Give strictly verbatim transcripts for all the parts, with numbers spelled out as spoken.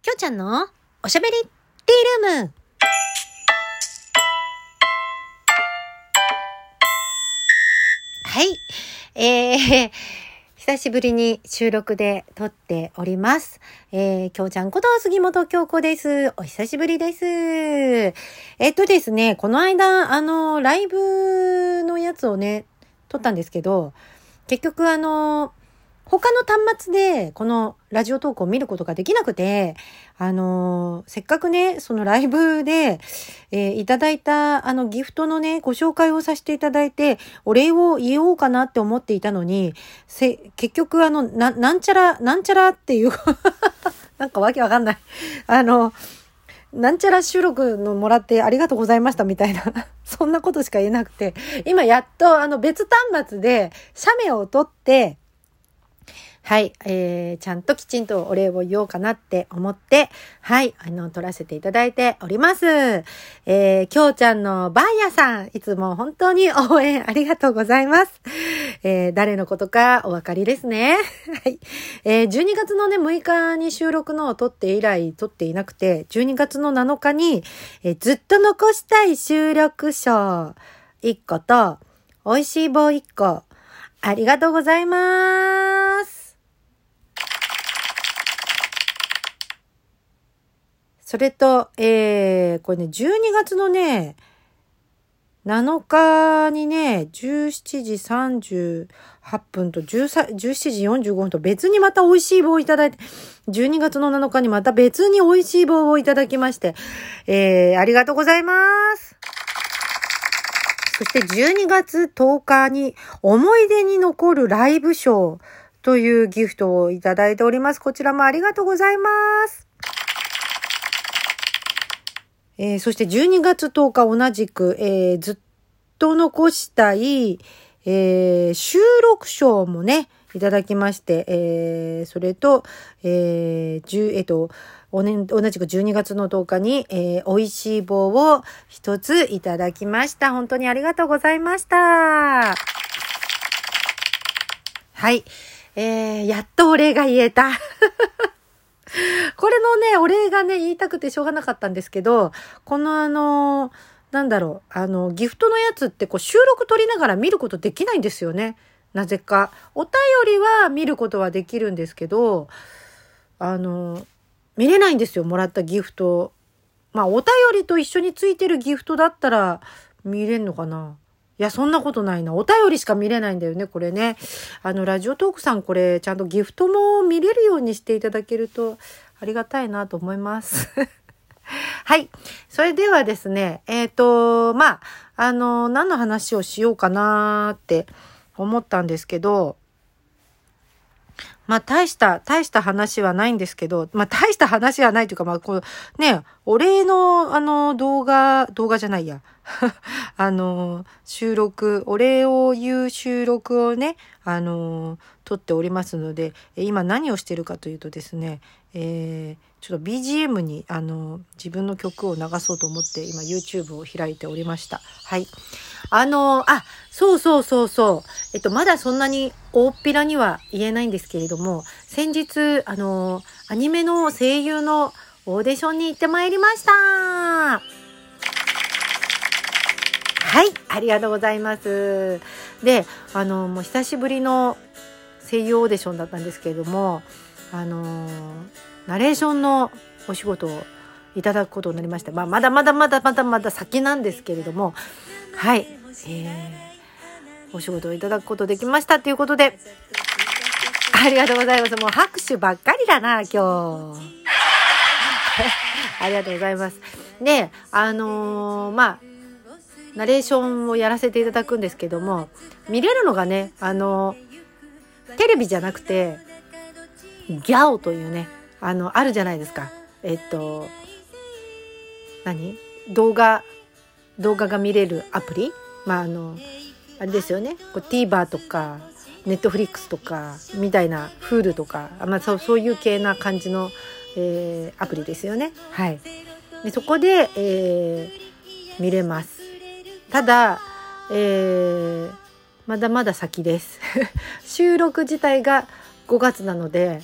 きょうちゃんのおしゃべりティールーム。はい。えー、久しぶりに収録で撮っております。えー、きょうちゃんこと杉本京子です。お久しぶりです。えっとですね、この間、あの、ライブのやつをね、撮ったんですけど、結局あの、他の端末でこのラジオトークを見ることができなくて、あのー、せっかくね、そのライブで、えー、いただいたあのギフトのね、ご紹介をさせていただいて、お礼を言おうかなって思っていたのに、せ、結局あの、な、なんちゃら、なんちゃらっていう、なんかわけわかんない。あの、なんちゃら収録のもらってありがとうございましたみたいな、そんなことしか言えなくて、今やっとあの別端末で写メを撮って、はい、えー、ちゃんときちんとお礼を言おうかなって思って、はい、あの、撮らせていただいております。えー、きょうちゃんのバーヤさん、いつも本当に応援ありがとうございます。えー、誰のことかお分かりですね。はい。えー、じゅうにがつのね、むいかに収録のを撮って以来撮っていなくて、じゅうにがつのなのかに、えー、ずっと残したい収録賞いっこと、美味しい棒いっこ、ありがとうございます。それと、えー、これね、じゅうにがつのね、なのかにね、じゅうしちじさんじゅうはっぷんとじゅうしちじよんじゅうごふんと別にまた美味しい棒をいただいて、じゅうにがつのなのかにまた別に美味しい棒をいただきまして、えー、ありがとうございます。そしてじゅうにがつとおかに思い出に残るライブショーというギフトをいただいております。こちらもありがとうございます。えー、そしてじゅうにがつとおか同じく、えー、ずっと残したい、えー、収録賞もね、いただきまして、えー、それと、えー、10えっと、おね、同じくじゅうにがつのとおかに、えー、美味しい棒を一ついただきました。本当にありがとうございました。はい。えー、やっとお礼が言えた。これのね、お礼がね、言いたくてしょうがなかったんですけど、このあの、なんだろう、あの、ギフトのやつってこう収録撮りながら見ることできないんですよね。なぜか。お便りは見ることはできるんですけど、あの、見れないんですよ、もらったギフト。まあ、お便りと一緒についてるギフトだったら見れんのかな。いや、そんなことないな。お便りしか見れないんだよね、これね。あの、ラジオトークさん、これ、ちゃんとギフトも見れるようにしていただけるとありがたいなと思います。はい。それではですね、えっと、まあ、あの、何の話をしようかなって思ったんですけど、まあ、大した、大した話はないんですけど、まあ、大した話はないというか、まあ、こう、ね、お礼の、あの、動画、動画じゃないや。あの、収録、お礼を言う収録をね、あの、撮っておりますので、今何をしているかというとですね、えー、ちょっと ビージーエム に、あの、自分の曲を流そうと思って、今 YouTube を開いておりました。はい。あの、あ、そうそうそうそう。えっと、まだそんなに大っぴらには言えないんですけれども、先日、あの、アニメの声優のオーディションに行ってまいりました。はい、ありがとうございます。で、あの、もう久しぶりの声優オーディションだったんですけれども、あの、ナレーションのお仕事をいただくことになりました。まあ、まだまだまだまだまだ先なんですけれども、はい、えー、お仕事をいただくことできましたということで、ありがとうございます。もう拍手ばっかりだな、今日。ありがとうございます。で、あのー、まあ、ナレーションをやらせていただくんですけども、見れるのがね、あのー、テレビじゃなくて、ギャオというね、あの、あるじゃないですか。えっと、何？動画、動画が見れるアプリ？まあ、あの、あれですよね。こう TVer とか、Netflix とか、みたいな Hulu とか、まあ、そう、そういう系な感じの、えー、アプリですよね。はい。でそこで、えー、見れます。ただ、えー、まだまだ先です。収録自体がごがつなので、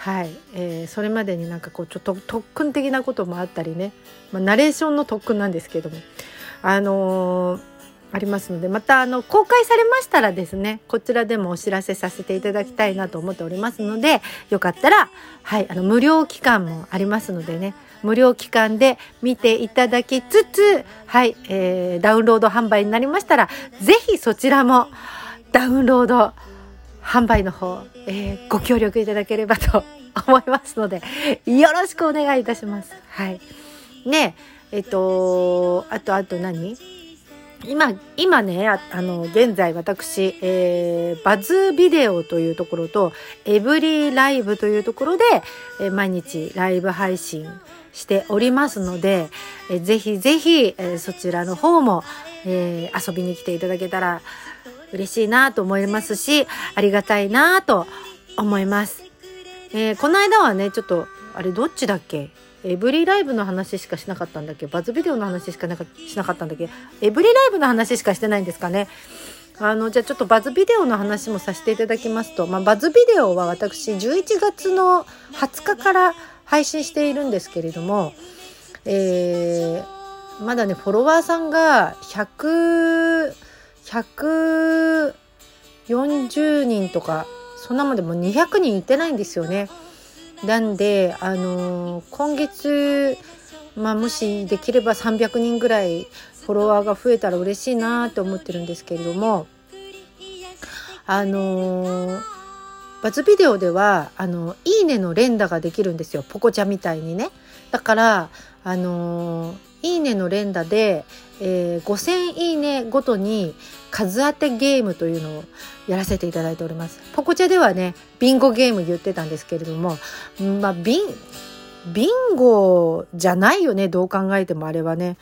はい、えー、それまでになんかこうちょっと特訓的なこともあったりね、まあ、ナレーションの特訓なんですけども、あのー、ありますので、またあの公開されましたらですね、こちらでもお知らせさせていただきたいなと思っておりますので、よかったら、はい、あの無料期間もありますのでね、無料期間で見ていただきつつ、はい、えー、ダウンロード販売になりましたら、ぜひそちらもダウンロード販売の方、えー、ご協力いただければと思いますので、よろしくお願いいたします。はい。ねえ、えっと、あとあと何？今、今ね、あ, あの、現在私、えー、バズビデオというところと、エブリーライブというところで、えー、毎日ライブ配信しておりますので、えー、ぜひぜひ、えー、そちらの方も、えー、遊びに来ていただけたら嬉しいなと思いますし、ありがたいなと思います。えー、この間はね、ちょっと、あれどっちだっけ？エブリーライブの話しかしなかったんだっけ？バズビデオの話しかなかしなかったんだっけ？エブリーライブの話しかしてないんですかね。あのじゃあちょっとバズビデオの話もさせていただきますと、まあ、バズビデオは私じゅういちがつのはつかから配信しているんですけれども、えー、まだねフォロワーさんがひゃく、ひゃくよんじゅうにんとかそんなもんでもにひゃくにんいってないんですよね。なんで、あのー、今月、まあ、もしできればさんびゃくにんぐらいフォロワーが増えたら嬉しいなと思ってるんですけれども、あのー、バズビデオではあのいいねの連打ができるんですよ、ポコチャみたいにね。だからあのー、いいねの連打で、えー、ごせんいいねごとに数当てゲームというのをやらせていただいております。ポコチャではねビンゴゲーム言ってたんですけれども、まあビンビンゴじゃないよね、どう考えてもあれはね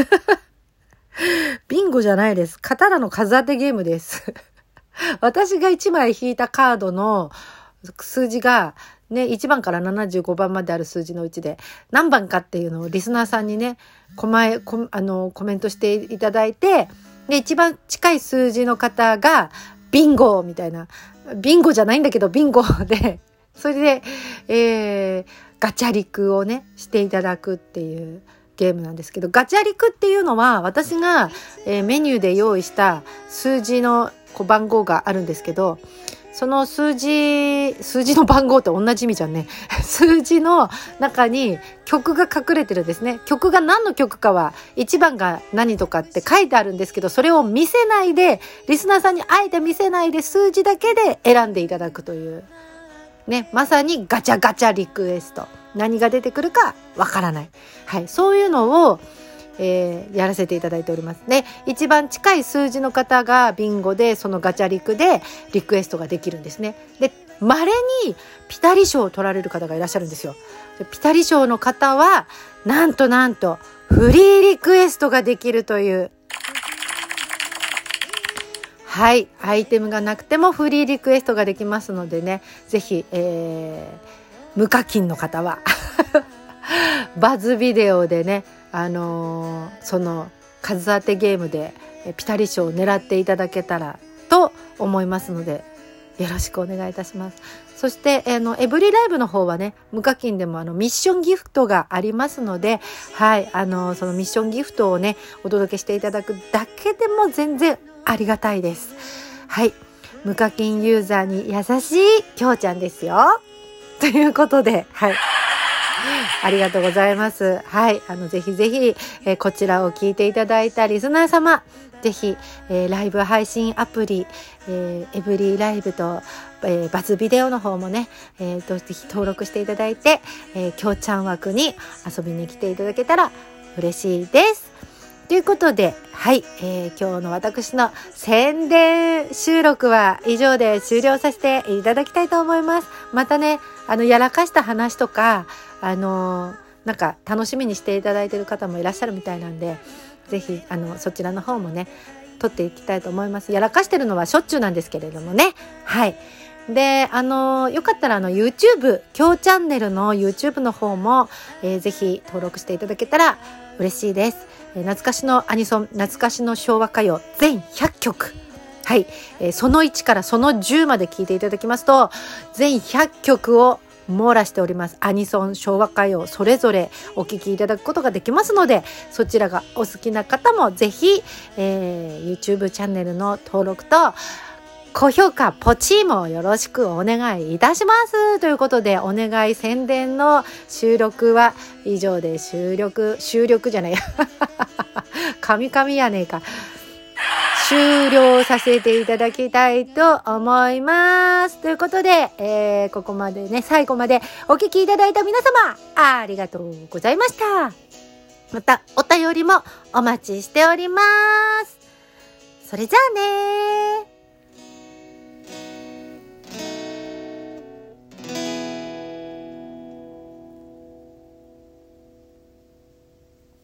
ビンゴじゃないです。ただの数当てゲームです私がいちまい引いたカードの数字がね、いちばんからななじゅうごばんまである数字のうちで何番かっていうのをリスナーさんにね、コマコあのコメントしていただいて、で一番近い数字の方がビンゴみたいな、ビンゴじゃないんだけどビンゴで、それで、えー、ガチャリクをねしていただくっていうゲームなんですけど、ガチャリクっていうのは私が、えー、メニューで用意した数字のこう番号があるんですけど、その数字数字の番号と同じ意味じゃんね数字の中に曲が隠れてるんですね。曲が何の曲かはいちばんが何とかって書いてあるんですけど、それを見せないで、リスナーさんにあえて見せないで数字だけで選んでいただくというね、まさにガチャガチャリクエスト、何が出てくるかわからない、はい、そういうのをえー、やらせていただいておりますね。一番近い数字の方がビンゴでそのガチャリクでリクエストができるんですね。で、稀にピタリ賞を取られる方がいらっしゃるんですよ。でピタリ賞の方はなんとなんとフリーリクエストができるという、はい、アイテムがなくてもフリーリクエストができますのでね、ぜひ、えー、無課金の方はバズビデオでね、あのー、その数当てゲームでピタリ賞を狙っていただけたらと思いますので、よろしくお願いいたします。そして、あのエブリライブの方はね、無課金でもあのミッションギフトがありますので、はい、あのそのミッションギフトをねお届けしていただくだけでも全然ありがたいです。はい、無課金ユーザーに優しいきょうちゃんですよということで、はい、ありがとうございます。はい、あのぜひぜひ、えー、こちらを聞いていただいたリスナー様、ぜひ、えー、ライブ配信アプリ、えー、エブリーライブと、えー、バズビデオの方もね、えー、とぜひ登録していただいて、えー、きょうちゃん枠に遊びに来ていただけたら嬉しいです。ということで、はい、えー、今日の私の宣伝収録は以上で終了させていただきたいと思います。またね、あのやらかした話とか、あのー、なんか楽しみにしていただいている方もいらっしゃるみたいなんで、ぜひあのそちらの方もね撮っていきたいと思います。やらかしてるのはしょっちゅうなんですけれどもね、はい。で、あのよかったらあの YouTube きょうチャンネルの YouTube の方も、えー、ぜひ登録していただけたら嬉しいです。えー、懐かしのアニソン、懐かしの昭和歌謡全ひゃっきょく、はい、えー、そのいちからそのじゅうまで聞いていただきますと全ひゃっきょくを網羅しております。アニソン、昭和歌謡、それぞれお聴きいただくことができますので、そちらがお好きな方もぜひ、えー、YouTube チャンネルの登録と高評価、ポチーもよろしくお願いいたします。ということで、お願い宣伝の収録は以上で終了、終了じゃないや。神々やねえか。終了させていただきたいと思います。ということで、えー、ここまでね、最後までお聞きいただいた皆様、ありがとうございました。また、お便りもお待ちしております。それじゃあねー。